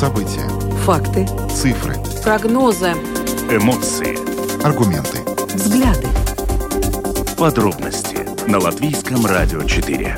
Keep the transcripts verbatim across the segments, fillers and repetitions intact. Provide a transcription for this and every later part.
События. Факты. Цифры. Прогнозы. Эмоции. Аргументы. Взгляды. Подробности на Латвийском радио четыре.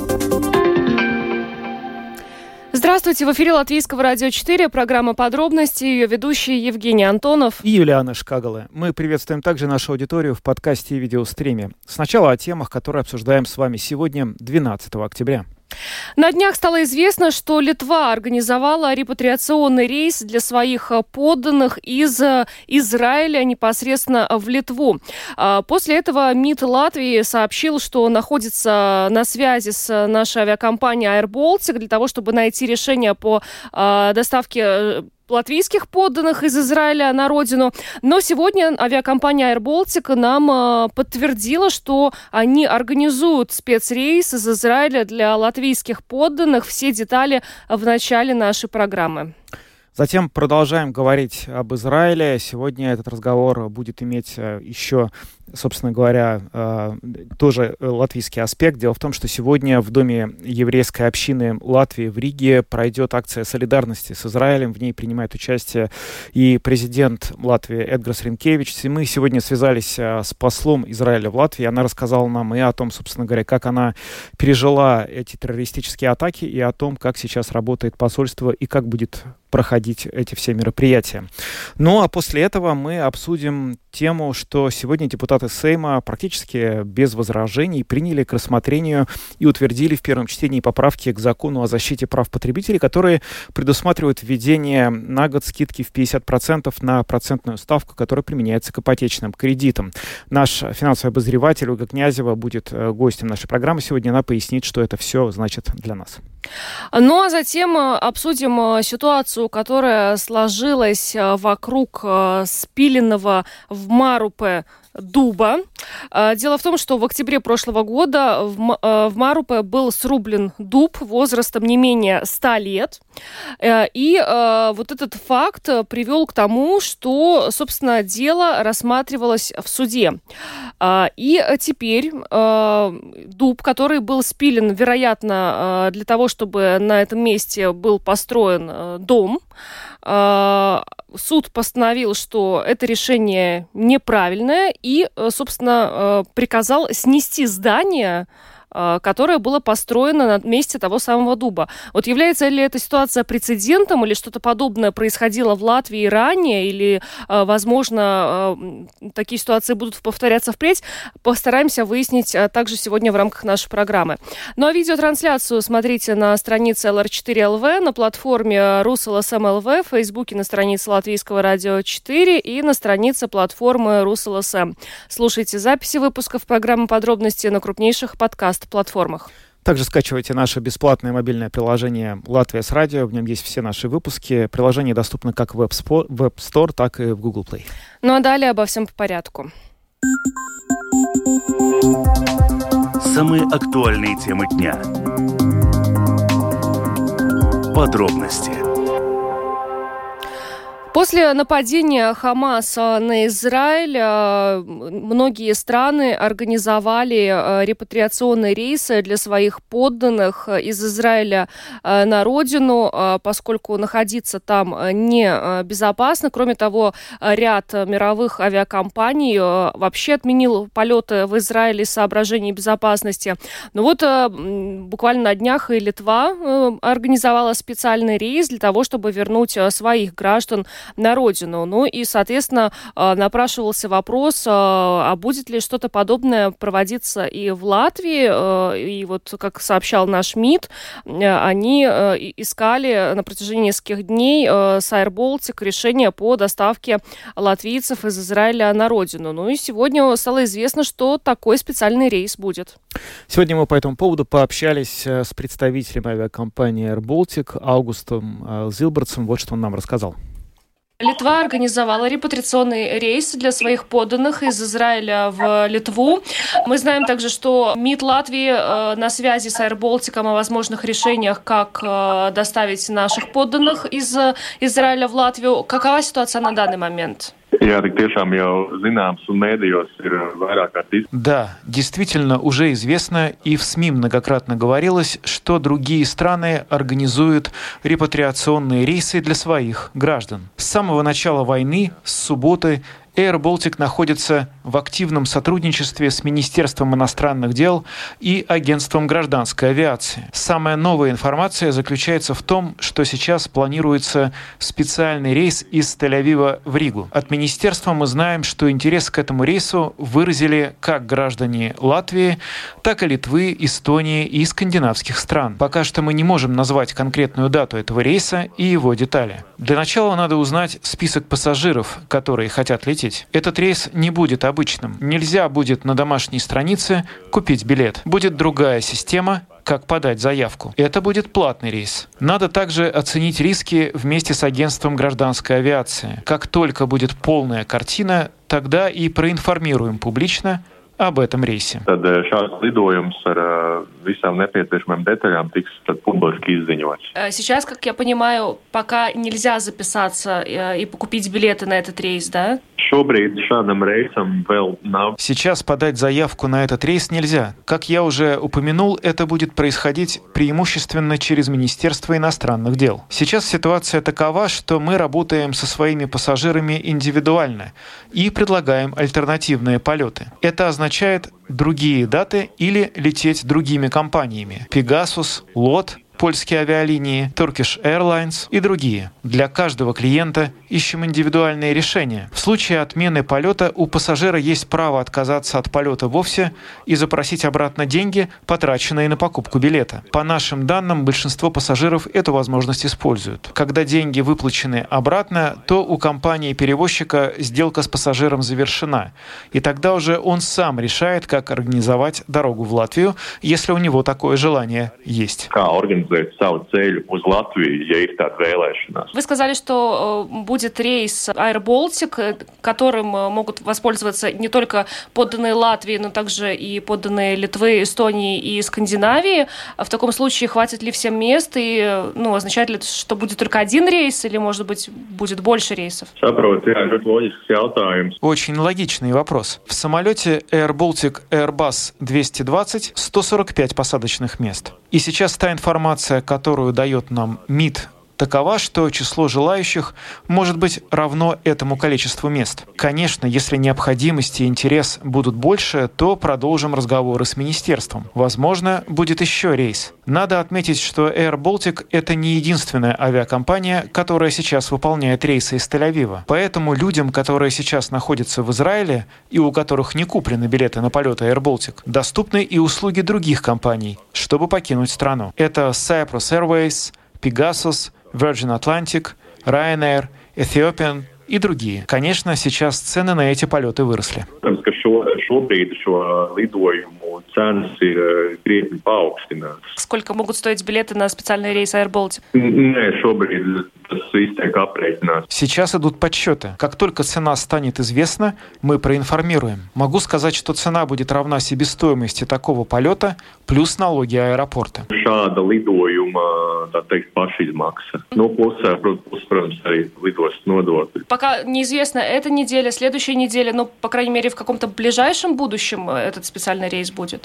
Здравствуйте, в эфире Латвийского радио четыре, программа «Подробности», ее ведущие Евгений Антонов и Юлиана Шкагала. Мы приветствуем также нашу аудиторию в подкасте и видеостриме. Сначала о темах, которые обсуждаем с вами сегодня, двенадцатого октября. На днях стало известно, что Литва организовала репатриационный рейс для своих подданных из Израиля непосредственно в Литву. После этого МИД Латвии сообщил, что находится на связи с нашей авиакомпанией Air Baltic для того, чтобы найти решение по доставке латвийских подданных из Израиля на родину. Но сегодня авиакомпания Air Baltic нам э, подтвердила, что они организуют спецрейс из Израиля для латвийских подданных. Все детали в начале нашей программы. Затем продолжаем говорить об Израиле. Сегодня этот разговор будет иметь еще, собственно говоря, тоже латвийский аспект. Дело в том, что сегодня в Доме еврейской общины Латвии в Риге пройдет акция солидарности с Израилем. В ней принимает участие и президент Латвии Эдгарс Ринкевичс. И мы сегодня связались с послом Израиля в Латвии. Она рассказала нам и о том, собственно говоря, как она пережила эти террористические атаки, и о том, как сейчас работает посольство и как будет проходить эти все мероприятия. Ну, а после этого мы обсудим тему, что сегодня депутаты Сейма практически без возражений приняли к рассмотрению и утвердили в первом чтении поправки к закону о защите прав потребителей, которые предусматривают введение на год скидки в пятьдесят процентов на процентную ставку, которая применяется к ипотечным кредитам. Наш финансовый обозреватель Ольга Князева будет гостем нашей программы сегодня. Она пояснит, что это все значит для нас. Ну, а затем обсудим ситуацию, которая сложилась вокруг спиленного в Марупе дуба. Дело в том, что в октябре прошлого года в Марупе был срублен дуб возрастом не менее ста лет. И вот этот факт привел к тому, что, собственно, дело рассматривалось в суде. И теперь дуб, который был спилен, вероятно, для того, чтобы на этом месте был построен дом, суд постановил, что это решение неправильное и, собственно, приказал снести здание, которое было построено на месте того самого дуба. Вот является ли эта ситуация прецедентом, или что-то подобное происходило в Латвии ранее, или, возможно, такие ситуации будут повторяться впредь, постараемся выяснить также сегодня в рамках нашей программы. Ну а видеотрансляцию смотрите на странице эл эр четыре эл ви, на платформе RusLSM эл ви, в Фейсбуке на странице Латвийского радио четыре и на странице платформы RusLSM. Слушайте записи выпусков программы «Подробности» на крупнейших подкастах платформах. Также скачивайте наше бесплатное мобильное приложение «Латвия с радио». В нем есть все наши выпуски. Приложение доступно как в Web Store, так и в Google Play. Ну а далее обо всем по порядку. Самые актуальные темы дня. Подробности. После нападения Хамаса на Израиль многие страны организовали репатриационные рейсы для своих подданных из Израиля на родину, поскольку находиться там небезопасно. Кроме того, ряд мировых авиакомпаний вообще отменил полеты в Израиль из соображений безопасности. Но вот буквально на днях и Литва организовала специальный рейс для того, чтобы вернуть своих граждан на родину. Ну и, соответственно, напрашивался вопрос, а будет ли что-то подобное проводиться и в Латвии. И вот, как сообщал наш МИД, они искали на протяжении нескольких дней с Air Baltic решение по доставке латвийцев из Израиля на родину. Ну и сегодня стало известно, что такой специальный рейс будет. Сегодня мы по этому поводу пообщались с представителем авиакомпании Air Baltic Аугустом Зилбертсом. Вот что он нам рассказал. Литва организовала репатриационный рейс для своих подданных из Израиля в Литву. Мы знаем также, что МИД Латвии э, на связи с Air Baltic о возможных решениях, как э, доставить наших подданных из Израиля в Латвию. Какова ситуация на данный момент? Да, действительно, уже известно, и в СМИ многократно говорилось, что другие страны организуют репатриационные рейсы для своих граждан. С самого начала войны, с субботы, Air Baltic находится в активном сотрудничестве с Министерством иностранных дел и Агентством гражданской авиации. Самая новая информация заключается в том, что сейчас планируется специальный рейс из Тель-Авива в Ригу. От Министерства мы знаем, что интерес к этому рейсу выразили как граждане Латвии, так и Литвы, Эстонии и скандинавских стран. Пока что мы не можем назвать конкретную дату этого рейса и его детали. Для начала надо узнать список пассажиров, которые хотят лететь. Этот рейс не будет обычным. Нельзя будет на домашней странице купить билет. Будет другая система, как подать заявку. Это будет платный рейс. Надо также оценить риски вместе с агентством гражданской авиации. Как только будет полная картина, тогда и проинформируем публично об этом рейсе. Сейчас, как я понимаю, пока нельзя записаться и купить билеты на этот рейс, да? Сейчас подать заявку на этот рейс нельзя. Как я уже упомянул, это будет происходить преимущественно через Министерство иностранных дел. Сейчас ситуация такова, что мы работаем со своими пассажирами индивидуально и предлагаем альтернативные полеты. Это означает другие даты или лететь другими компаниями. Pegasus, лот, польские авиалинии, Turkish Airlines и другие. Для каждого клиента ищем индивидуальные решения. В случае отмены полета у пассажира есть право отказаться от полета вовсе и запросить обратно деньги, потраченные на покупку билета. По нашим данным, большинство пассажиров эту возможность используют. Когда деньги выплачены обратно, то у компании-перевозчика сделка с пассажиром завершена. И тогда уже он сам решает, как организовать дорогу в Латвию, если у него такое желание есть. Вы сказали, что будет рейс Air Baltic, которым могут воспользоваться не только подданные Латвии, но также и подданные Литвы, Эстонии и Скандинавии. В таком случае хватит ли всем мест? И ну, означает ли это, что будет только один рейс или, может быть, будет больше рейсов? Очень логичный вопрос. В самолете Air Baltic Airbus двести двадцать сто сорок пять посадочных мест. И сейчас та информация, которую дает нам МИД, такова, что число желающих может быть равно этому количеству мест. Конечно, если необходимость и интерес будут больше, то продолжим разговоры с министерством. Возможно, будет еще рейс. Надо отметить, что Air Baltic — это не единственная авиакомпания, которая сейчас выполняет рейсы из Тель-Авива. Поэтому людям, которые сейчас находятся в Израиле и у которых не куплены билеты на полеты Air Baltic, доступны и услуги других компаний, чтобы покинуть страну. Это Cyprus Airways, Pegasus, Virgin Atlantic, Ryanair, Ethiopian и другие. Конечно, сейчас цены на эти полеты выросли. Сколько могут стоить билеты на специальный рейс Air Baltic? Сейчас идут подсчеты. Как только цена станет известна, мы проинформируем. Могу сказать, что цена будет равна себестоимости такого полета плюс налоги аэропорта. Пока неизвестно, эта неделя, следующая неделя, но, по крайней мере, в каком-то ближайшем будущем этот специальный рейс будет?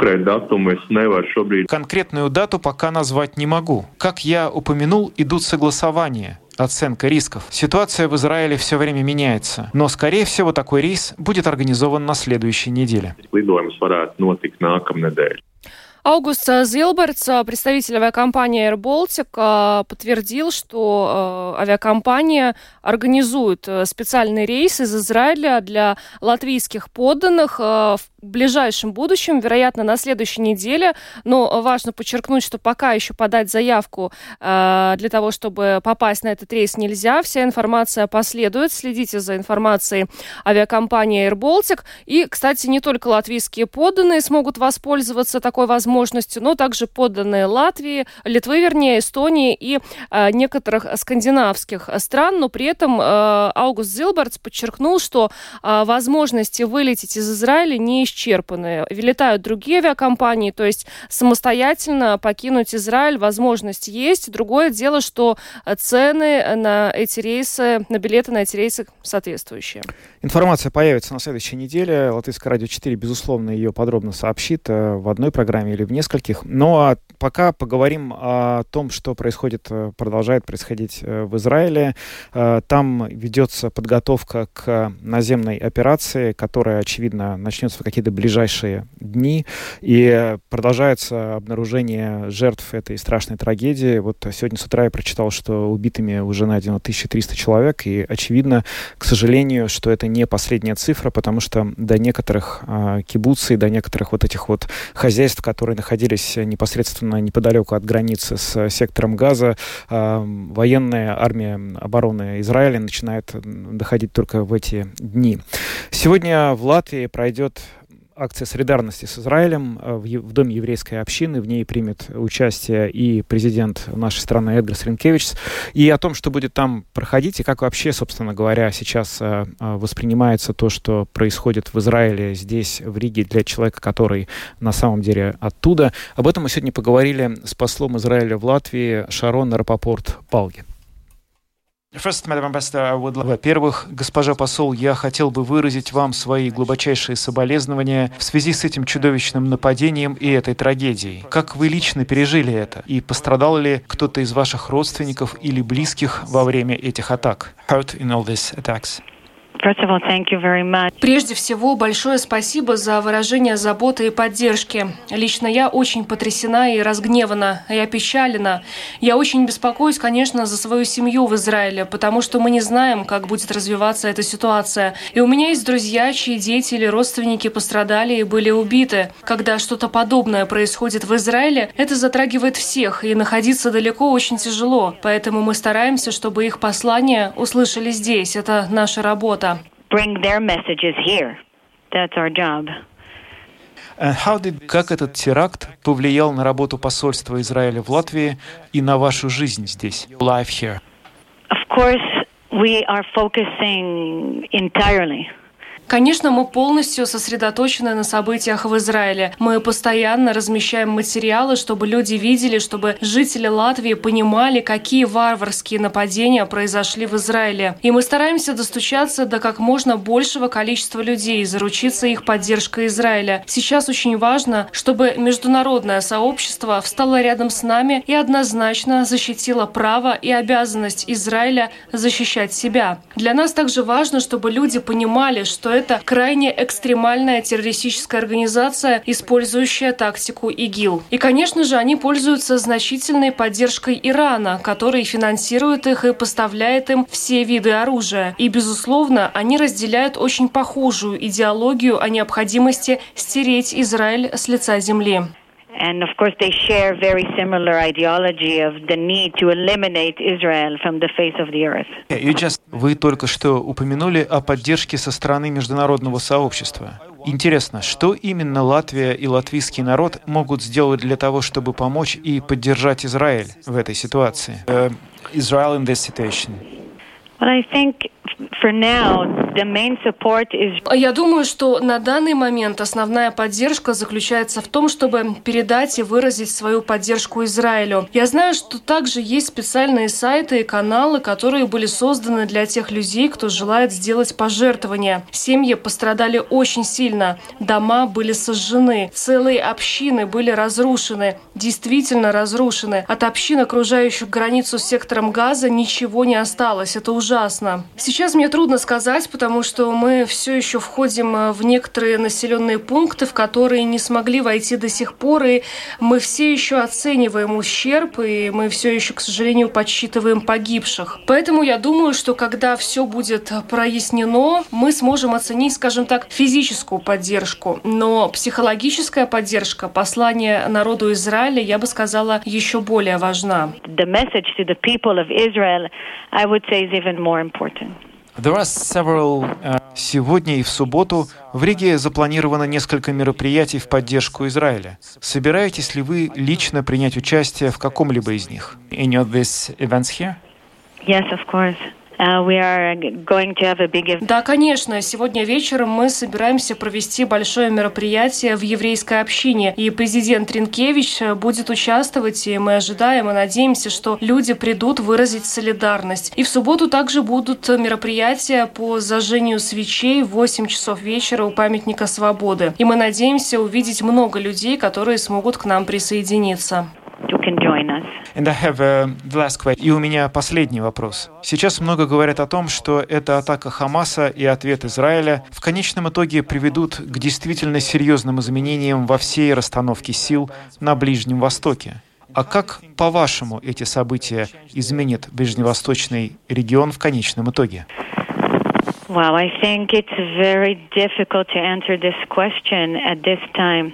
Конкретную дату пока назвать не могу. Как я упомянул, идут согласования, оценка рисков. Ситуация в Израиле все время меняется, но, скорее всего, такой рейс будет организован на следующей неделе. Аугуст Зилбертс, представитель авиакомпании Air Baltic, подтвердил, что авиакомпания организует специальный рейс из Израиля для латвийских подданных в ближайшем будущем, вероятно, на следующей неделе. Но важно подчеркнуть, что пока еще подать заявку для того, чтобы попасть на этот рейс, нельзя. Вся информация последует. Следите за информацией авиакомпании Air Baltic. И, кстати, не только латвийские подданные смогут воспользоваться такой возможностью, но также подданные Латвии, Литвы, вернее, Эстонии и э, некоторых скандинавских стран. Но при этом э, Аугуст Зилбертс подчеркнул, что э, возможности вылететь из Израиля не исчерпаны. исчерпаны. Вылетают другие авиакомпании, то есть самостоятельно покинуть Израиль возможность есть. Другое дело, что цены на эти рейсы, на билеты на эти рейсы соответствующие. Информация появится на следующей неделе. Латвийское радио четыре, безусловно, ее подробно сообщит в одной программе или в нескольких. Но пока поговорим о том, что происходит, продолжает происходить в Израиле. Там ведется подготовка к наземной операции, которая, очевидно, начнется в какие-то ближайшие дни. И продолжается обнаружение жертв этой страшной трагедии. Вот сегодня с утра я прочитал, что убитыми уже найдено тысяча триста человек. И очевидно, к сожалению, что это не последняя цифра, потому что до некоторых э, кибуцей, до некоторых вот этих вот хозяйств, которые находились непосредственно неподалеку от границы с сектором Газа, э, военная армия обороны Израиля начинает доходить только в эти дни. Сегодня в Латвии пройдет акция солидарности с Израилем в Доме еврейской общины. В ней примет участие и президент нашей страны Эдгарс Ринкевичс. И о том, что будет там проходить, и как вообще, собственно говоря, сейчас воспринимается то, что происходит в Израиле, здесь, в Риге, для человека, который на самом деле оттуда. Об этом мы сегодня поговорили с послом Израиля в Латвии Шарон Рапопорт-Палги. Во-первых, госпожа посол, я хотел бы выразить вам свои глубочайшие соболезнования в связи с этим чудовищным нападением и этой трагедией. Как вы лично пережили это? И пострадал ли кто-то из ваших родственников или близких во время этих атак? Прежде всего, большое спасибо за выражение заботы и поддержки. Лично я очень потрясена и разгневана, и опечалена. Я очень беспокоюсь, конечно, за свою семью в Израиле, потому что мы не знаем, как будет развиваться эта ситуация. И у меня есть друзья, чьи дети или родственники пострадали и были убиты. Когда что-то подобное происходит в Израиле, это затрагивает всех, и находиться далеко очень тяжело. Поэтому мы стараемся, чтобы их послания услышали здесь. Это наша работа. Bring their messages here. That's our job. Did... Как этот теракт повлиял на работу посольства Израиля в Латвии и на вашу жизнь здесь? Life here. Of course, we are focusing entirely. Конечно, мы полностью сосредоточены на событиях в Израиле. Мы постоянно размещаем материалы, чтобы люди видели, чтобы жители Латвии понимали, какие варварские нападения произошли в Израиле. И мы стараемся достучаться до как можно большего количества людей и заручиться их поддержкой Израиля. Сейчас очень важно, чтобы международное сообщество встало рядом с нами и однозначно защитило право и обязанность Израиля защищать себя. Для нас также важно, чтобы люди понимали, что это крайне экстремальная террористическая организация, использующая тактику ИГИЛ. И, конечно же, они пользуются значительной поддержкой Ирана, который финансирует их и поставляет им все виды оружия. И, безусловно, они разделяют очень похожую идеологию о необходимости стереть Израиль с лица земли. And of course they share very similar ideology of the need to eliminate Israel from the face of the earth. Just... Вы только что упомянули о поддержке со стороны международного сообщества. Интересно, что именно Латвия и латвийский народ могут сделать для того, чтобы помочь и поддержать Израиль в этой ситуации? Uh, Israel in this situation. Well, I think for now the main support is... Я думаю, что на данный момент основная поддержка заключается в том, чтобы передать и выразить свою поддержку Израилю. Я знаю, что также есть специальные сайты и каналы, которые были созданы для тех людей, кто желает сделать пожертвования. Семьи пострадали очень сильно, дома были сожжены, целые общины были разрушены, действительно разрушены. От общин, окружающих границу с сектором Газа, ничего не осталось. Это ужасно. Сейчас мне трудно сказать, потому что мы все еще входим в некоторые населенные пункты, в которые не смогли войти до сих пор, и мы все еще оцениваем ущерб, и мы все еще, к сожалению, подсчитываем погибших. Поэтому я думаю, что когда все будет прояснено, мы сможем оценить, скажем так, физическую поддержку. Но психологическая поддержка, послание народу Израиля, я бы сказала, еще более важна. The message to the people of Israel, I would say, is even more important. There are several, uh... Сегодня и в субботу в Риге запланировано несколько мероприятий в поддержку Израиля. Собираетесь ли вы лично принять участие в каком-либо из них? Any of these events here? Yes, of course. Uh, we are going to have a big event. Да, конечно. Сегодня вечером мы собираемся провести большое мероприятие в еврейской общине. И президент Ринкевич будет участвовать, и мы ожидаем и надеемся, что люди придут выразить солидарность. И в субботу также будут мероприятия по зажжению свечей в восемь часов вечера у памятника Свободы. И мы надеемся увидеть много людей, которые смогут к нам присоединиться. And I have a last question. И у меня последний вопрос. Сейчас много говорят о том, что эта атака Хамаса и ответ Израиля в конечном итоге приведут к действительно серьезным изменениям во всей расстановке сил на Ближнем Востоке. А как, по-вашему, эти события изменят ближневосточный регион в конечном итоге? Well, I think it's very difficult to answer this question at this time.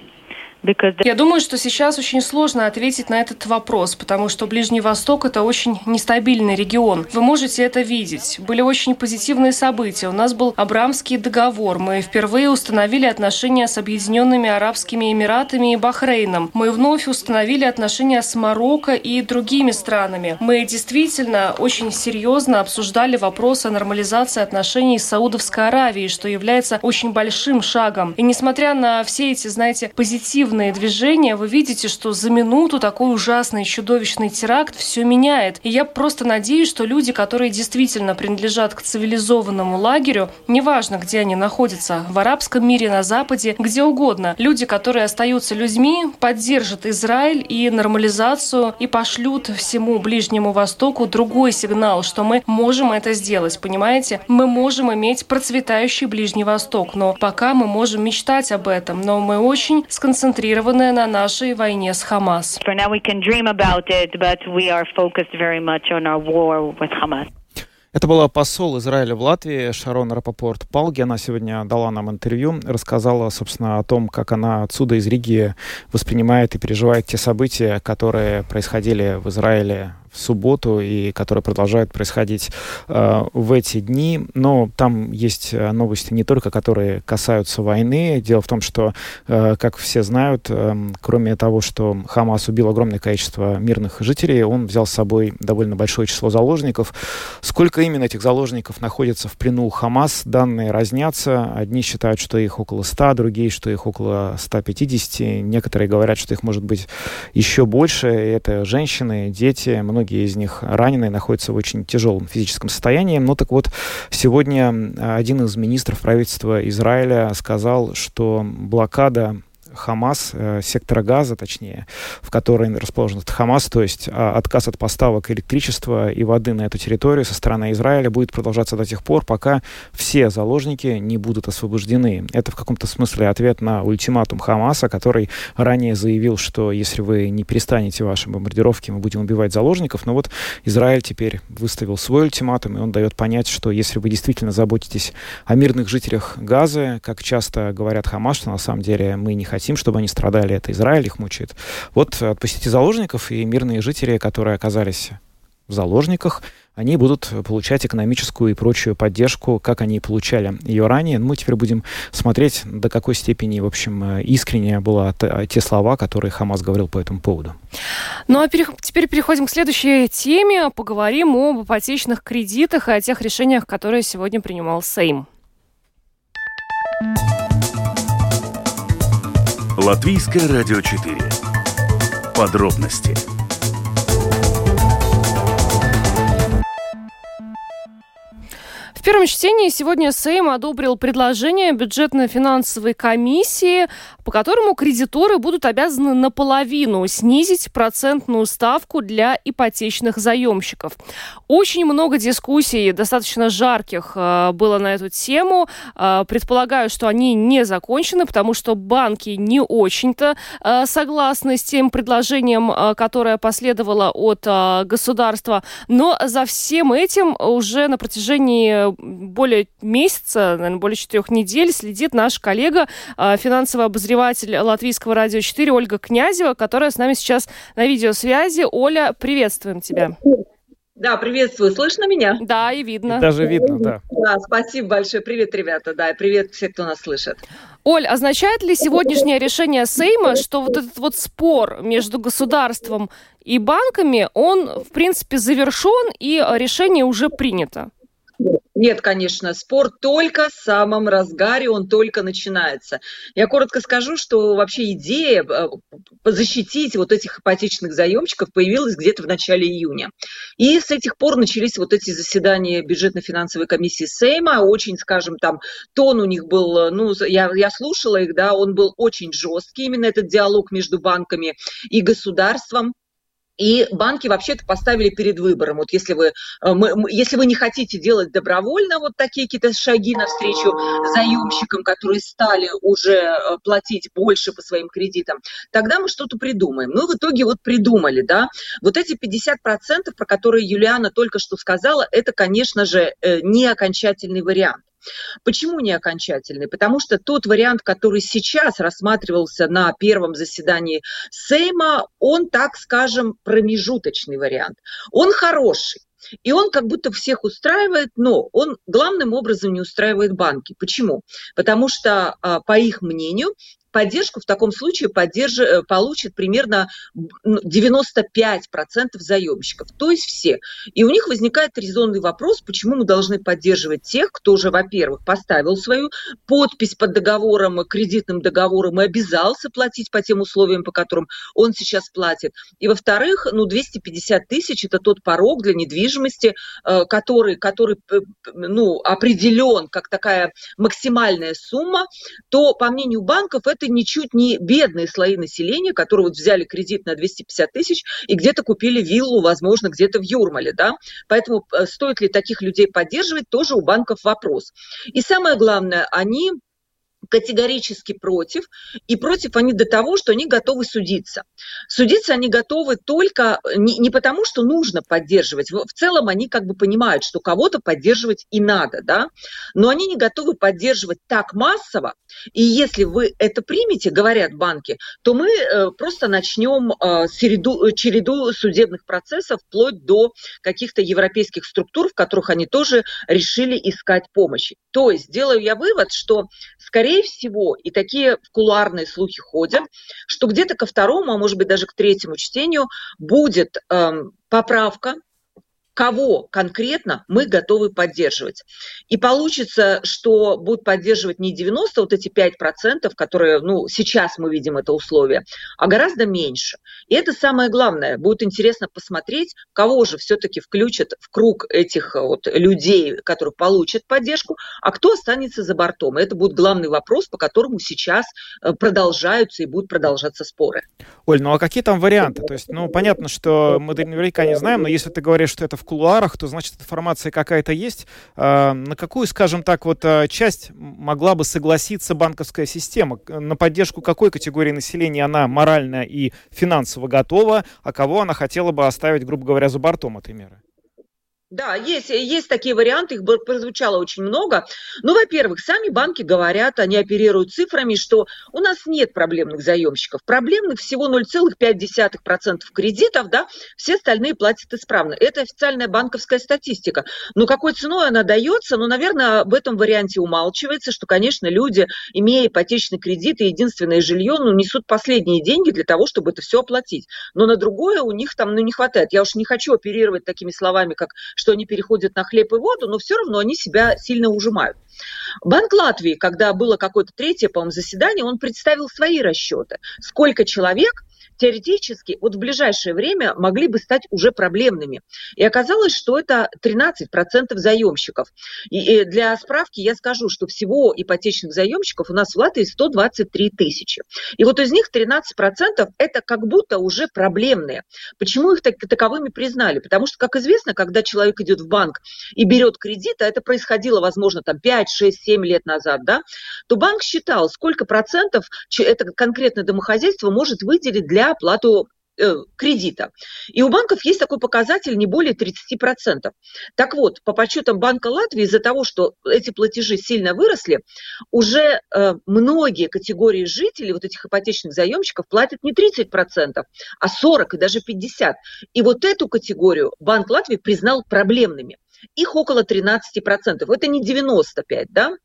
Я думаю, что сейчас очень сложно ответить на этот вопрос, потому что Ближний Восток – это очень нестабильный регион. Вы можете это видеть. Были очень позитивные события. У нас был Абраамский договор. Мы впервые установили отношения с Объединенными Арабскими Эмиратами и Бахрейном. Мы вновь установили отношения с Марокко и другими странами. Мы действительно очень серьезно обсуждали вопрос о нормализации отношений с Саудовской Аравией, что является очень большим шагом. И несмотря на все эти, знаете, позитивные движения, вы видите, что за минуту такой ужасный, чудовищный теракт все меняет. И я просто надеюсь, что люди, которые действительно принадлежат к цивилизованному лагерю, неважно, где они находятся, в арабском мире, на Западе, где угодно, люди, которые остаются людьми, поддержат Израиль и нормализацию, и пошлют всему Ближнему Востоку другой сигнал, что мы можем это сделать, понимаете? Мы можем иметь процветающий Ближний Восток, но пока мы можем мечтать об этом, но мы очень сконцентрированы на нашей войне с Хамас. For now we can dream about it, but we are focused very much on our war with Hamas. Это была посол Израиля в Латвии Шарон Рапопорт-Палги. Она сегодня дала нам интервью, рассказала, собственно, о том, как она отсюда, из Риги, воспринимает и переживает те события, которые происходили в Израиле в субботу и которые продолжают происходить э, в эти дни. Но там есть новости не только, которые касаются войны. Дело в том, что, э, как все знают, э, кроме того, что Хамас убил огромное количество мирных жителей, он взял с собой довольно большое число заложников. Сколько именно этих заложников находится в плену Хамас, данные разнятся. Одни считают, что их около ста, другие, что их около ста пятидесяти. Некоторые говорят, что их может быть еще больше. Это женщины, дети, многие Многие из них раненые, находятся в очень тяжелом физическом состоянии. Ну так вот, сегодня один из министров правительства Израиля сказал, что блокада Хамас, э, сектора Газа, точнее, в которой расположен этот Хамас, то есть а, отказ от поставок электричества и воды на эту территорию со стороны Израиля будет продолжаться до тех пор, пока все заложники не будут освобождены. Это в каком-то смысле ответ на ультиматум Хамаса, который ранее заявил, что если вы не перестанете ваши бомбардировки, мы будем убивать заложников. Но вот Израиль теперь выставил свой ультиматум, и он дает понять, что если вы действительно заботитесь о мирных жителях Газы, как часто говорят Хамас, что на самом деле мы не хотим, чтобы они страдали, это Израиль их мучает. Вот отпустите заложников, и мирные жители, которые оказались в заложниках, они будут получать экономическую и прочую поддержку, как они и получали ее ранее. Мы теперь будем смотреть, до какой степени, в общем, искренне были те слова, которые Хамас говорил по этому поводу. Ну а перех... теперь переходим к следующей теме. Поговорим об ипотечных кредитах и о тех решениях, которые сегодня принимал Сейм. Латвийское радио четыре. Подробности. В первом чтении сегодня Сейм одобрил предложение бюджетно-финансовой комиссии, по которому кредиторы будут обязаны наполовину снизить процентную ставку для ипотечных заемщиков. Очень много дискуссий, достаточно жарких, было на эту тему. Предполагаю, что они не закончены, потому что банки не очень-то согласны с тем предложением, которое последовало от государства. Но за всем этим уже на протяжении более месяца, наверное, более четырех недель следит наш коллега, финансовый обозреватель Латвийского радио четыре Ольга Князева, которая с нами сейчас на видеосвязи. Оля, приветствуем тебя. Да, приветствую. Слышно меня? Да, и видно. И даже видно, да. Да, спасибо большое. Привет, ребята. Да, и привет все, кто нас слышит. Оль, означает ли сегодняшнее решение Сейма, что вот этот вот спор между государством и банками, он, в принципе, завершен и решение уже принято? Нет, конечно, спор только в самом разгаре, он только начинается. Я коротко скажу, что вообще идея защитить вот этих ипотечных заемщиков появилась где-то в начале июня. И с этих пор начались вот эти заседания бюджетно-финансовой комиссии Сейма. Очень, скажем, там тон у них был, ну, я, я слушала их, да, он был очень жесткий, именно этот диалог между банками и государством. И банки вообще-то поставили перед выбором. Вот если вы, мы, если вы не хотите делать добровольно вот такие какие-то шаги навстречу заемщикам, которые стали уже платить больше по своим кредитам, тогда мы что-то придумаем. Ну, в итоге вот придумали, да. Вот эти пятьдесят процентов, про которые Юлиана только что сказала, это, конечно же, не окончательный вариант. Почему не окончательный? Потому что тот вариант, который сейчас рассматривался на первом заседании Сейма, он, так скажем, промежуточный вариант. Он хороший. И он как будто всех устраивает, но он главным образом не устраивает банки. Почему? Потому что, по их мнению, поддержку в таком случае поддерж... получит примерно девяносто пять процентов заемщиков, то есть все. И у них возникает резонный вопрос, почему мы должны поддерживать тех, кто уже, во-первых, поставил свою подпись под договором, кредитным договором и обязался платить по тем условиям, по которым он сейчас платит. И, во-вторых, ну, двести пятьдесят тысяч – это тот порог для недвижимости, который, который ну, определен как такая максимальная сумма, то, по мнению банков, это ничуть не бедные слои населения, которые вот взяли кредит на двести пятьдесят тысяч и где-то купили виллу, возможно, где-то в Юрмале, да. Поэтому стоит ли таких людей поддерживать, тоже у банков вопрос. И самое главное, они категорически против, и против они до того, что они готовы судиться. Судиться они готовы только не, не потому, что нужно поддерживать. В целом они как бы понимают, что кого-то поддерживать и надо, да, но они не готовы поддерживать так массово, и если вы это примете, говорят банки, то мы э, просто начнем э, череду, череду судебных процессов вплоть до каких-то европейских структур, в которых они тоже решили искать помощи. То есть делаю я вывод, что скорее всего, и такие кулуарные слухи ходят, что где-то ко второму, а может быть даже к третьему чтению будет эм, поправка, кого конкретно мы готовы поддерживать. И получится, что будут поддерживать не девяносто, вот эти пять процентов, которые, ну, сейчас мы видим это условие, а гораздо меньше. И это самое главное. Будет интересно посмотреть, кого же все-таки включат в круг этих вот людей, которые получат поддержку, а кто останется за бортом. И это будет главный вопрос, по которому сейчас продолжаются и будут продолжаться споры. Оль, ну а какие там варианты? То есть, ну, понятно, что мы наверняка не знаем, но если ты говоришь, что это в кулуарах, то значит информация какая-то есть. На какую, скажем так, вот часть могла бы согласиться банковская система? На поддержку какой категории населения она морально и финансово готова, а кого она хотела бы оставить, грубо говоря, за бортом этой меры? Да, есть, есть такие варианты, их прозвучало очень много. Ну, во-первых, сами банки говорят, они оперируют цифрами, что у нас нет проблемных заемщиков. Проблемных всего ноль целых пять десятых процента кредитов, да, все остальные платят исправно. Это официальная банковская статистика. Но какой ценой она дается? Ну, наверное, об этом варианте умалчивается, что, конечно, люди, имея ипотечный кредит и единственное жилье, ну, несут последние деньги для того, чтобы это все оплатить. Но на другое у них там, ну, не хватает. Я уж не хочу оперировать такими словами, как что они переходят на хлеб и воду, но все равно они себя сильно ужимают. Банк Латвии, когда было какое-то третье, по-моему, заседание, он представил свои расчеты. Сколько человек теоретически вот в ближайшее время могли бы стать уже проблемными. И оказалось, что это тринадцать процентов заемщиков. И для справки я скажу, что всего ипотечных заемщиков у нас в Латвии сто двадцать три тысячи. И вот из них тринадцать процентов это как будто уже проблемные. Почему их так, таковыми признали? Потому что, как известно, когда человек идет в банк и берет кредит, а это происходило, возможно, там пять, шесть, семь лет назад, да, то банк считал, сколько процентов это конкретное домохозяйство может выделить для оплату э, кредита. И у банков есть такой показатель не более тридцать процентов. Так вот, по подсчетам Банка Латвии, из-за того, что эти платежи сильно выросли, уже э, многие категории жителей, вот этих ипотечных заемщиков, платят не тридцать процентов, а сорок процентов и даже пятьдесят процентов. И вот эту категорию Банк Латвии признал проблемными. Их около тринадцать процентов. Это не девяносто пять процентов, да?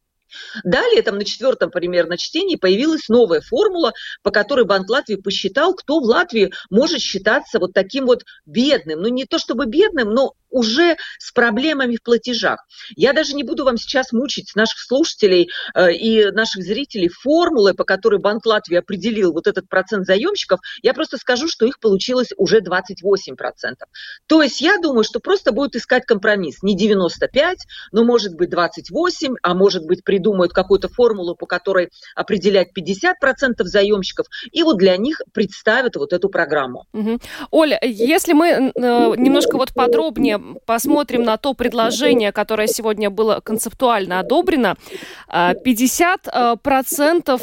Далее, там на четвертом примерно чтении появилась новая формула, по которой Банк Латвии посчитал, кто в Латвии может считаться вот таким вот бедным. Ну, не то чтобы бедным, но уже с проблемами в платежах. Я даже не буду вам сейчас мучить наших слушателей э, и наших зрителей формулой, по которой Банк Латвии определил вот этот процент заемщиков. Я просто скажу, что их получилось уже двадцать восемь процентов. То есть я думаю, что просто будут искать компромисс. Не девяносто пять, но может быть двадцать восемь, а может быть придумают какую-то формулу, по которой определять пятьдесят процентов заемщиков, и вот для них представят вот эту программу. Угу. Оля, если мы э, немножко вот подробнее посмотрим на то предложение, которое сегодня было концептуально одобрено, э, пятьдесят процентов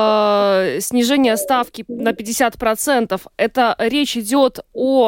э, снижения ставки на пятьдесят процентов, это речь идет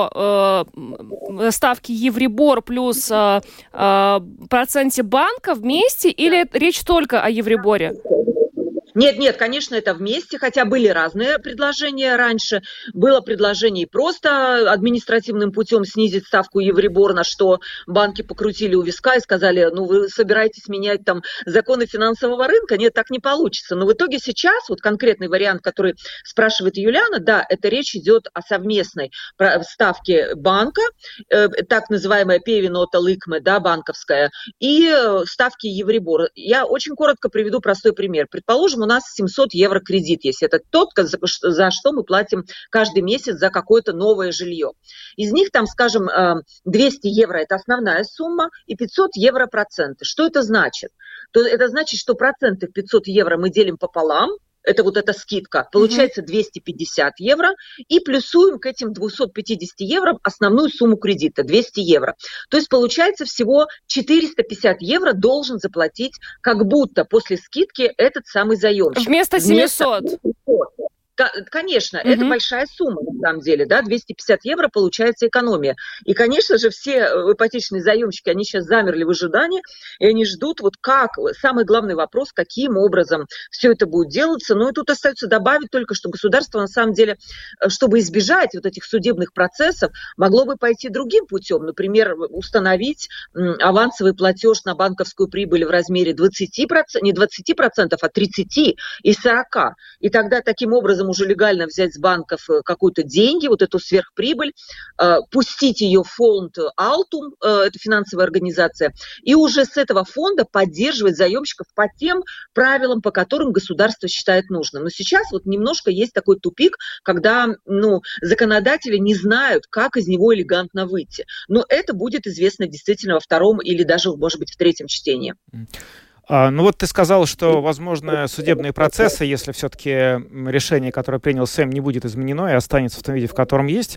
о э, ставке Еврибор плюс э, э, проценте банка вместе, или речь только о Евриборе? Нет, нет, конечно, это вместе, хотя были разные предложения раньше. Было предложение просто административным путем снизить ставку Еврибор, на что банки покрутили у виска и сказали, ну вы собираетесь менять там законы финансового рынка? Нет, так не получится. Но в итоге сейчас, вот конкретный вариант, который спрашивает Юлиана, да, это речь идет о совместной ставке банка, э, так называемая певинота ликме, да, банковская, и ставки Еврибор. Я очень коротко приведу простой пример. Предположим, у нас семьсот евро кредит есть. Это тот, за что мы платим каждый месяц за какое-то новое жилье. Из них там, скажем, двести евро – это основная сумма, и пятьсот евро – проценты. Что это значит? То это значит, что проценты в пятьсот евро мы делим пополам, это вот эта скидка, получается двести пятьдесят евро, и плюсуем к этим двумстам пятидесяти евро основную сумму кредита, двести евро. То есть получается всего четыреста пятьдесят евро должен заплатить, как будто после скидки этот самый заемщик. Вместо семисот. Конечно, mm-hmm. это большая сумма, на самом деле, да, двести пятьдесят евро получается экономия. И, конечно же, все ипотечные заемщики, они сейчас замерли в ожидании, и они ждут, вот как, самый главный вопрос, каким образом все это будет делаться. Ну и тут остается добавить только, что государство, на самом деле, чтобы избежать вот этих судебных процессов, могло бы пойти другим путем, например, установить авансовый платеж на банковскую прибыль в размере двадцати процентов, не двадцати процентов, а тридцати и сорока. И тогда таким образом уже легально взять с банков какую-то деньги, вот эту сверхприбыль, э, пустить ее в фонд Altum, э, это финансовая организация, и уже с этого фонда поддерживать заемщиков по тем правилам, по которым государство считает нужным. Но сейчас вот немножко есть такой тупик, когда ну, законодатели не знают, как из него элегантно выйти. Но это будет известно действительно во втором или даже, может быть, в третьем чтении. Ну вот ты сказал, что, возможно, судебные процессы, если все-таки решение, которое принял Сэм, не будет изменено и останется в том виде, в котором есть.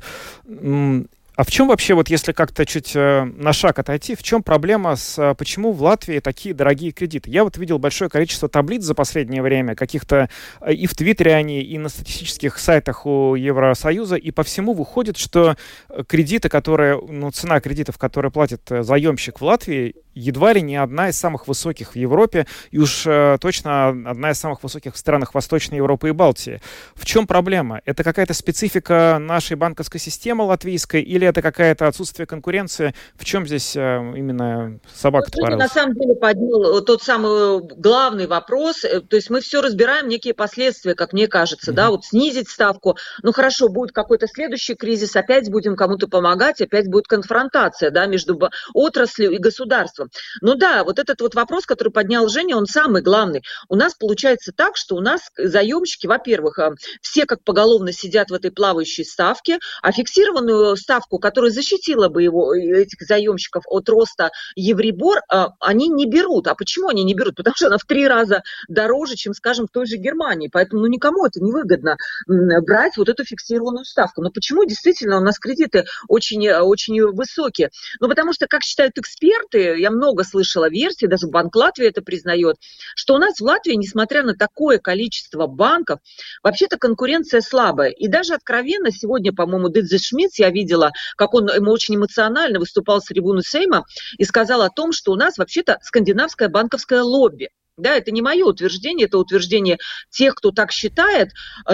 А в чем вообще, вот если как-то чуть э, на шаг отойти, в чем проблема с, почему в Латвии такие дорогие кредиты? Я вот видел большое количество таблиц за последнее время, каких-то и в Твиттере они, и на статистических сайтах у Евросоюза, и по всему выходит, что кредиты, которые, ну, цена кредитов, которые платит заемщик в Латвии, едва ли не одна из самых высоких в Европе, и уж э, точно одна из самых высоких в странах Восточной Европы и Балтии. В чем проблема? Это какая-то специфика нашей банковской системы латвийской, или это какое-то отсутствие конкуренции? В чем здесь э, именно собака-то порылась? На самом деле поднял тот самый главный вопрос. То есть мы все разбираем некие последствия, как мне кажется, mm-hmm. да, вот снизить ставку. Ну хорошо, будет какой-то следующий кризис, опять будем кому-то помогать, опять будет конфронтация, да, между отраслью и государством. Ну да, вот этот вот вопрос, который поднял Женя, он самый главный. У нас получается так, что у нас заемщики, во-первых, все как поголовно сидят в этой плавающей ставке, а фиксированную ставку, которая защитила бы его, этих заемщиков от роста Еврибор, они не берут. А почему они не берут? Потому что она в три раза дороже, чем, скажем, в той же Германии. Поэтому ну, никому это не выгодно брать вот эту фиксированную ставку. Но почему действительно у нас кредиты очень, очень высокие? Ну потому что, как считают эксперты, я много слышала версий, даже Банк Латвии это признает, что у нас в Латвии, несмотря на такое количество банков, вообще-то конкуренция слабая. И даже откровенно сегодня, по-моему, Дидзе Шмидц, я видела, как он ему очень эмоционально выступал с трибуны Сейма и сказал о том, что у нас вообще-то скандинавское банковское лобби. Да, это не мое утверждение, это утверждение тех, кто так считает.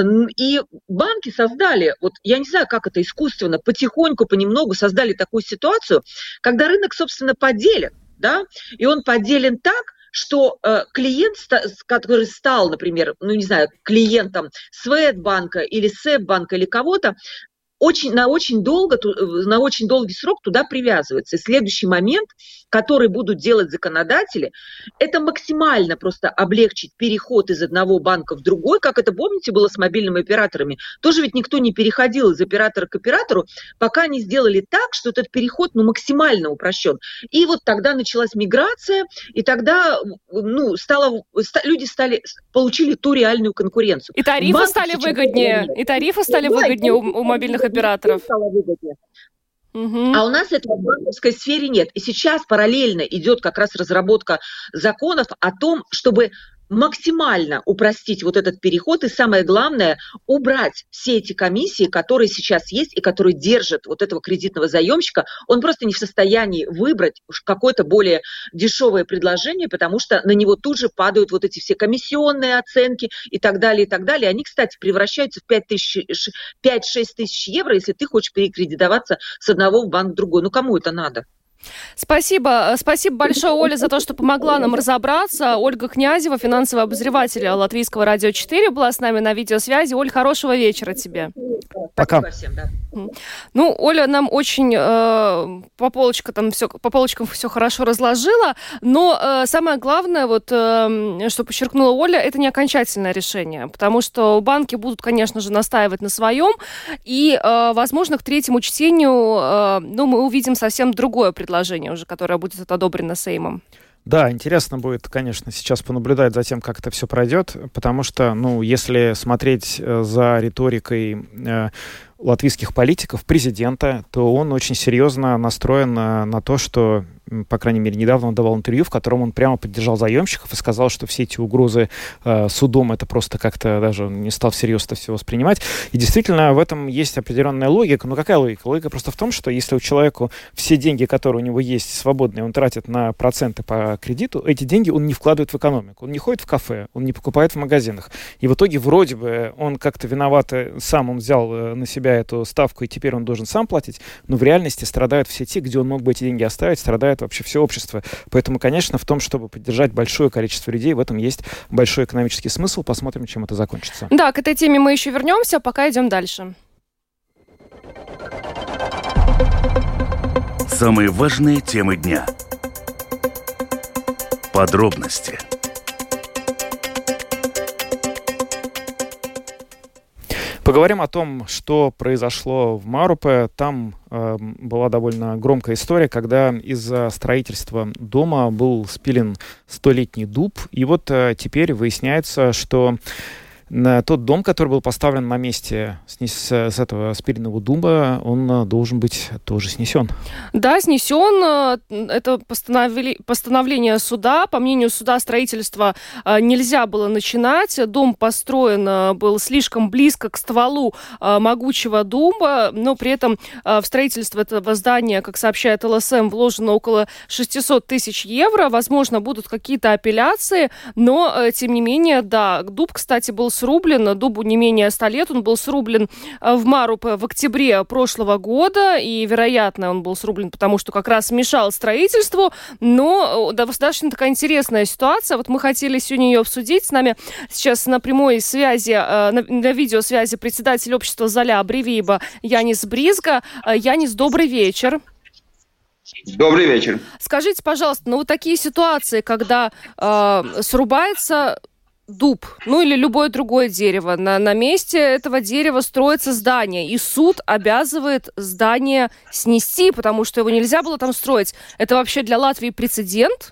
И банки создали, вот я не знаю, как это искусственно, потихоньку, понемногу создали такую ситуацию, когда рынок, собственно, поделен, да, и он поделен так, что э, клиент, который стал, например, ну не знаю, клиентом Swedbank или Себ банка или кого-то, очень, на, очень долго, на очень долгий срок туда привязывается. И следующий момент, который будут делать законодатели, это максимально просто облегчить переход из одного банка в другой, как это, помните, было с мобильными операторами. Тоже ведь никто не переходил из оператора к оператору, пока не сделали так, что этот переход ну, максимально упрощен. И вот тогда началась миграция, и тогда ну, стало, люди стали, получили ту реальную конкуренцию. И тарифы стали выгоднее, и тарифы стали да, выгоднее у, у мобильных операторов. Угу. А у нас этого в банковской сфере нет. И сейчас параллельно идет как раз разработка законов о том, чтобы максимально упростить вот этот переход и, самое главное, убрать все эти комиссии, которые сейчас есть и которые держат вот этого кредитного заемщика. Он просто не в состоянии выбрать какое-то более дешевое предложение, потому что на него тут же падают вот эти все комиссионные оценки и так далее, и так далее. Они, кстати, превращаются в пять-шесть тысяч евро, если ты хочешь перекредитоваться с одного в банк в другой. Ну, кому это надо? Спасибо. Спасибо большое, Оля, за то, что помогла нам разобраться. Ольга Князева, финансовый обозреватель Латвийского радио четыре, была с нами на видеосвязи. Оль, хорошего вечера тебе. Пока. Всем, да. Ну, Оля нам очень э, по полочкам там все, по полочкам все хорошо разложила, но э, самое главное, вот, э, что подчеркнула Оля, это не окончательное решение, потому что банки будут, конечно же, настаивать на своем, и, э, возможно, к третьему чтению э, ну, мы увидим совсем другое предложение уже, которое будет одобрено Сеймом. Да, интересно будет, конечно, сейчас понаблюдать за тем, как это все пройдет, потому что, ну, если смотреть за риторикой э, латвийских политиков, президента, то он очень серьезно настроен на, на то, что, по крайней мере, недавно он давал интервью, в котором он прямо поддержал заемщиков и сказал, что все эти угрозы э, судом, это просто как-то даже не стал всерьез это все воспринимать. И действительно, в этом есть определенная логика. Но какая логика? Логика просто в том, что если у человека все деньги, которые у него есть свободные, он тратит на проценты по кредиту, эти деньги он не вкладывает в экономику. Он не ходит в кафе, он не покупает в магазинах. И в итоге вроде бы он как-то виноват, сам он взял на себя эту ставку, и теперь он должен сам платить, но в реальности страдают все те, где он мог бы эти деньги оставить, страдает вообще все общество. Поэтому, конечно, в том, чтобы поддержать большое количество людей, в этом есть большой экономический смысл. Посмотрим, чем это закончится. Да, к этой теме мы еще вернемся, пока идем дальше. Самые важные темы дня. Подробности. Поговорим о том, что произошло в Марупе. Там э, была довольно громкая история, когда из-за строительства дома был спилен столетний дуб. И вот э, теперь выясняется, что на тот дом, который был поставлен на месте с, с этого спиленного дуба, он должен быть тоже снесен. Да, снесен. Это постановили, постановление суда. По мнению суда, строительство нельзя было начинать. Дом построен был слишком близко к стволу могучего дуба, но при этом в строительство этого здания, как сообщает эл эс эм, вложено около шестьсот тысяч евро. Возможно, будут какие-то апелляции, но, тем не менее, да, дуб, кстати, был срублен, дубу не менее ста лет, он был срублен в Марупе в октябре прошлого года, и, вероятно, он был срублен, потому что как раз мешал строительству, но достаточно такая интересная ситуация. Вот мы хотели сегодня ее обсудить. С нами сейчас на прямой связи, на, на видеосвязи председатель общества Заля Бревиба Янис Бризга. Янис, добрый вечер. Добрый вечер. Скажите, пожалуйста, ну вот такие ситуации, когда э, срубается дуб, ну или любое другое дерево. На, на месте этого дерева строится здание, и суд обязывает здание снести, потому что его нельзя было там строить. Это вообще для Латвии прецедент?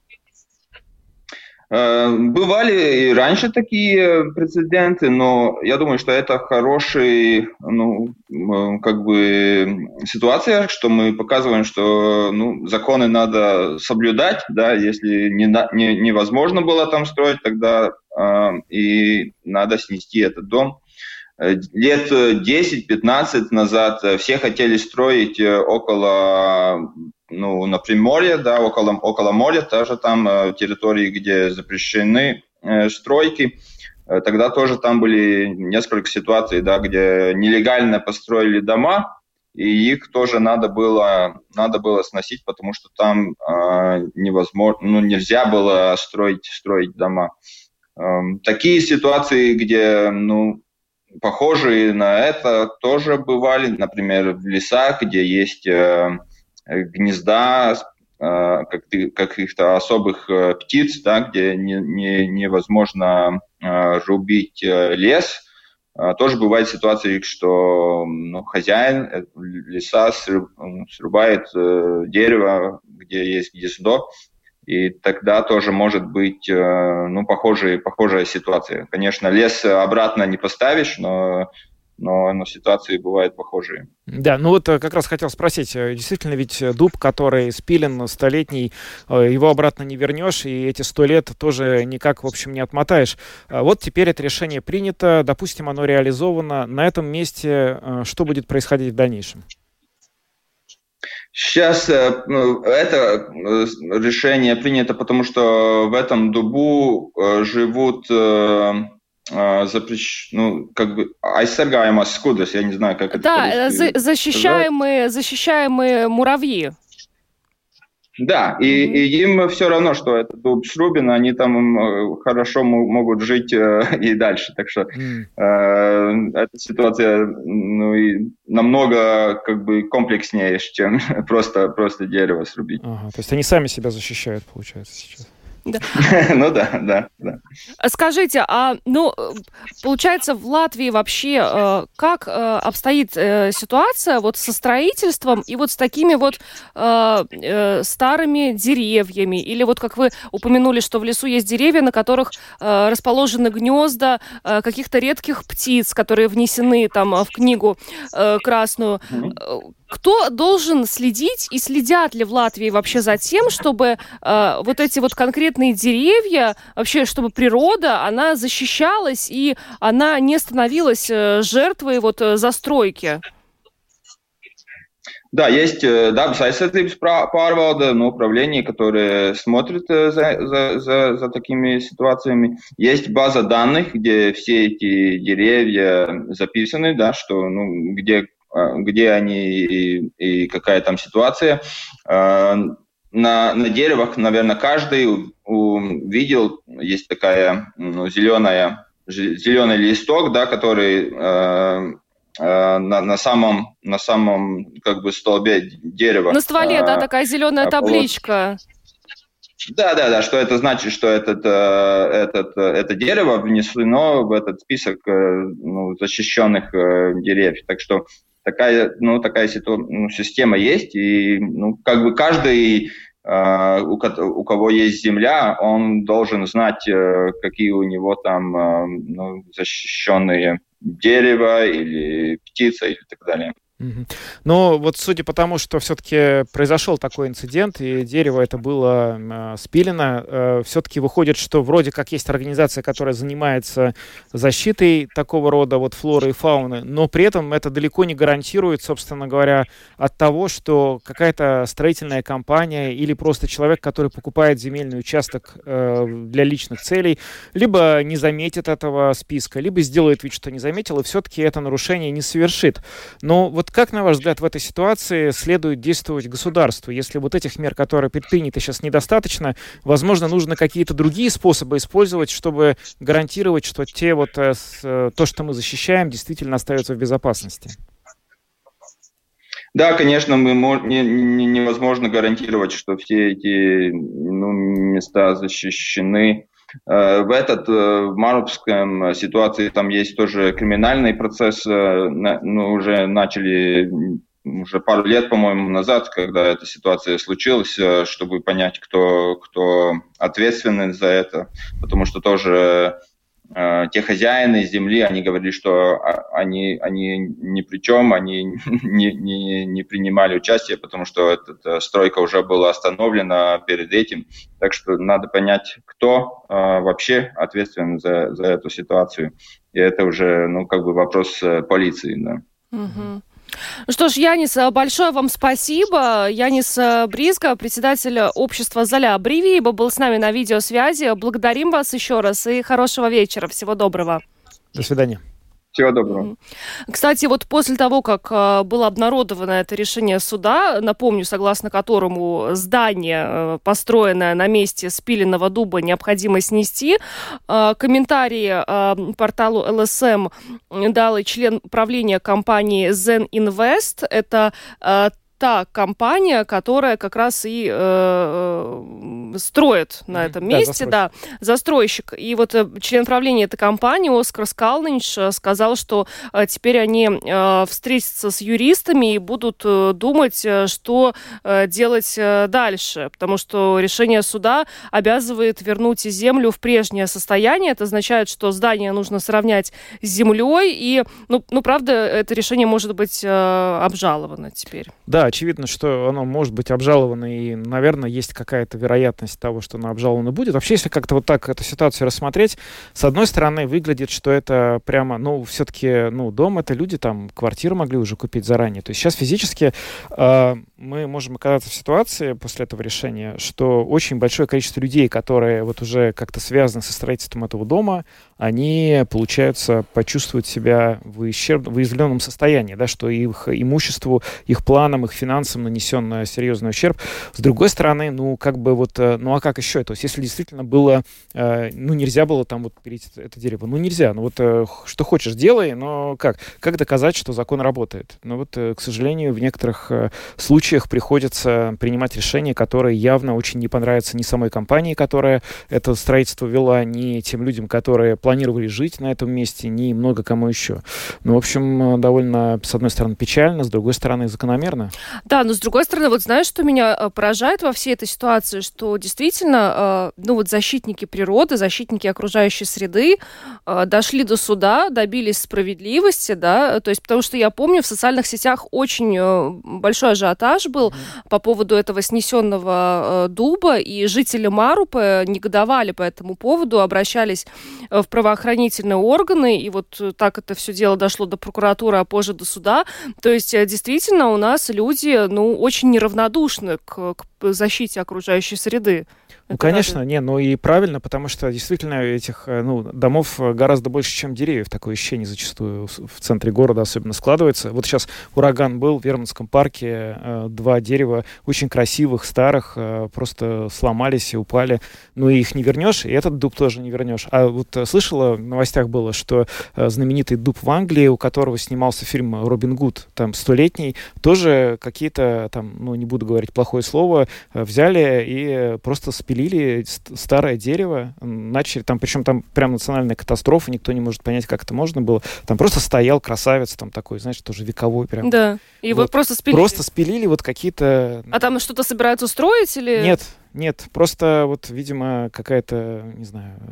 Бывали и раньше такие прецеденты, но я думаю, что это хорошая, ну, как бы ситуация, что мы показываем, что, ну, законы надо соблюдать, да, если не, не, невозможно было там строить, тогда э, и надо снести этот дом. Лет десять-пятнадцать назад все хотели строить около, ну, на Приморье, да, около, около моря, тоже там территории, где запрещены э, стройки. Тогда тоже там были несколько ситуаций, да, где нелегально построили дома, и их тоже надо было, надо было сносить, потому что там э, невозможно, ну, нельзя было строить, строить дома. Э, такие ситуации, где, ну, похожие на это тоже бывали, например, в лесах, где есть гнезда каких-то особых птиц, да, где не, не, невозможно рубить лес. Тоже бывают ситуации, что ну, хозяин леса срубает дерево, где есть гнездо, и тогда тоже может быть ну, похожая, похожая ситуация. Конечно, лес обратно не поставишь, но... Но, но ситуации бывают похожие. Да, ну вот как раз хотел спросить, действительно ведь дуб, который спилен столетний, его обратно не вернешь, и эти сто лет тоже никак, в общем, не отмотаешь. Вот теперь это решение принято, допустим, оно реализовано. На этом месте что будет происходить в дальнейшем? Сейчас это решение принято, потому что в этом дубу живут... запрещ... ну, как бы, aizsargājamās skudras, я не знаю, как это да, за- защищаемые, защищаемые муравьи. Да, и, mm-hmm. и им все равно, что это дуб срубен, они там хорошо м- могут жить э, и дальше. Так что mm. э, эта ситуация ну, и намного как бы комплекснее, чем просто, просто дерево срубить. Ага, то есть они сами себя защищают, получается, сейчас. Да. Ну да, да, да. Скажите, а ну получается в Латвии вообще э, как э, обстоит э, ситуация вот со строительством и вот с такими вот э, э, старыми деревьями? Или вот как вы упомянули, что в лесу есть деревья, на которых э, расположены гнезда э, каких-то редких птиц, которые внесены там в книгу э, красную. Mm-hmm. Кто должен следить и следят ли в Латвии вообще за тем, чтобы э, вот эти вот конкретные деревья, вообще, чтобы природа, она защищалась и она не становилась э, жертвой вот э, застройки? Да, есть dabas aizsardzības pārvalde, ну, управление, которое смотрит за, за, за, за такими ситуациями. Есть база данных, где все эти деревья записаны, да, что, ну, где где они и, и какая там ситуация. На, на деревах, наверное, каждый увидел, есть такая ну, зеленая, зеленый листок, да, который э, э, на, на самом, на самом как бы столбе дерева. На стволе, э, да, такая зеленая э, табличка. Да, да, да, что это значит, что этот, этот, это дерево внесено в этот список ну, защищенных деревьев. Так что такая, ну, такая ситу... ну, система есть, и ну, как бы каждый, э, у, у кого есть земля, он должен знать, э, какие у него там э, ну, защищенные дерево или птица и так далее. Mm-hmm. Но вот судя по тому, что все-таки произошел такой инцидент, и дерево это было э, спилено, э, все-таки выходит, что вроде как есть организация, которая занимается защитой такого рода вот флоры и фауны, но при этом это далеко не гарантирует, собственно говоря, от того, что какая-то строительная компания или просто человек, который покупает земельный участок э, для личных целей, либо не заметит этого списка, либо сделает вид, что не заметил, и все-таки это нарушение не совершит. Но вот как, на ваш взгляд, в этой ситуации следует действовать государству? Если вот этих мер, которые предприняты сейчас, недостаточно, возможно, нужно какие-то другие способы использовать, чтобы гарантировать, что те вот, то, что мы защищаем, действительно остается в безопасности? Да, конечно, мы не, не, невозможно гарантировать, что все эти ну, места защищены. В этот, в Марупском ситуации там есть тоже криминальный процесс, ну, уже начали уже пару лет, по-моему, назад, когда эта ситуация случилась, чтобы понять, кто, кто ответственен за это, потому что тоже те хозяины земли, они говорили, что они, они ни при чем, они не, не, не принимали участие, потому что эта стройка уже была остановлена перед этим. Так что надо понять, кто а, вообще ответственен за, за эту ситуацию. И это уже, ну, как бы вопрос полиции, да. Угу. Ну что ж, Янис, большое вам спасибо. Янис Бризга, председатель общества Заля Бривība, был с нами на видеосвязи. Благодарим вас еще раз и хорошего вечера. Всего доброго. До свидания. Всего доброго. Кстати, вот после того, как было обнародовано это решение суда, напомню, согласно которому здание, построенное на месте спиленного дуба, необходимо снести, комментарии порталу эл эс эм дал и член правления компании Zen Invest. Это та компания, которая как раз и э, строит на этом месте, да, застройщик. да, застройщик. И вот э, член правления этой компании Оскар Скалнинч сказал, что э, теперь они э, встретятся с юристами и будут э, думать, э, что э, делать э, дальше, потому что решение суда обязывает вернуть землю в прежнее состояние. Это означает, что здание нужно сравнять с землей, и, ну, ну правда, это решение может быть э, обжаловано теперь. Да, очевидно, что оно может быть обжаловано, и, наверное, есть какая-то вероятность того, что оно обжаловано будет. Вообще, если как-то вот так эту ситуацию рассмотреть, с одной стороны, выглядит, что это прямо, ну, все-таки, ну, дом, это люди там квартиру могли уже купить заранее. То есть сейчас физически э, мы можем оказаться в ситуации после этого решения, что очень большое количество людей, которые вот уже как-то связаны со строительством этого дома, они, получается, почувствуют себя в, ущерб... в уязвленном состоянии, да, что их имуществу, их планам, их финансам нанесен серьезный ущерб. С другой стороны, ну, как бы вот, ну, а как еще? То есть, если действительно было, э, ну, нельзя было там вот перейти это дерево, ну, нельзя. Ну, вот, э, что хочешь, делай, но как? Как доказать, что закон работает? Ну, вот, э, к сожалению, в некоторых э, случаях приходится принимать решения, которые явно очень не понравятся ни самой компании, которая это строительство вела, ни тем людям, которые планировали жить на этом месте, ни много кому еще. Ну, в общем, довольно, с одной стороны, печально, с другой стороны, закономерно. Да, но с другой стороны, вот знаешь, что меня поражает во всей этой ситуации, что действительно, ну вот защитники природы, защитники окружающей среды дошли до суда, добились справедливости, да, то есть потому что я помню, в социальных сетях очень большой ажиотаж был mm-hmm. по поводу этого снесенного дуба, и жители Марупы негодовали по этому поводу, обращались в правоохранительные органы, и вот так это все дело дошло до прокуратуры, а позже до суда. То есть действительно у нас люди, ну, очень неравнодушны к, к защите окружающей среды. Ну, это конечно, надо... не, ну и правильно, потому что действительно этих, ну, домов гораздо больше, чем деревьев. Такое ощущение зачастую в центре города особенно складывается. Вот сейчас ураган был в Вермонтском парке, э, два дерева очень красивых, старых, э, просто сломались и упали. Ну и их не вернешь, и этот дуб тоже не вернешь. А вот э, слышала, в новостях было, что э, знаменитый дуб в Англии, у которого снимался фильм «Робин Гуд», там, столетний, тоже какие-то, там, ну, не буду говорить плохое слово, э, взяли и просто спилили старое дерево, начали, там, причем там прям национальная катастрофа, никто не может понять, как это можно было. Там просто стоял красавец, там такой, знаешь, тоже вековой прям. Да, и вот, вот просто спилили. Просто спилили вот какие-то... А там что-то собираются устроить или... Нет, нет, просто вот, видимо, какая-то, не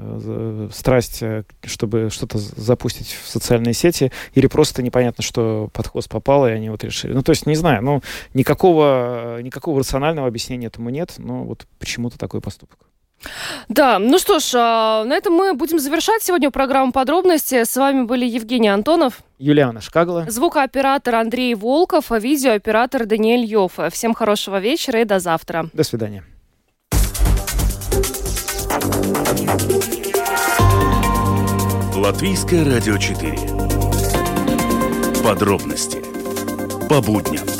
знаю, страсть, чтобы что-то запустить в социальные сети, или просто непонятно, что под хвост попало, и они вот решили. Ну, то есть, не знаю, ну, никакого, никакого рационального объяснения этому нет, но вот почему-то такой поступок. Да, ну что ж, на этом мы будем завершать сегодня программу «Подробности». С вами были Евгений Антонов, Юлиана Шкагла, звукооператор Андрей Волков, а видеооператор Даниэль Йофф. Всем хорошего вечера и до завтра. До свидания. Латвийское радио четыре. Подробности по будням.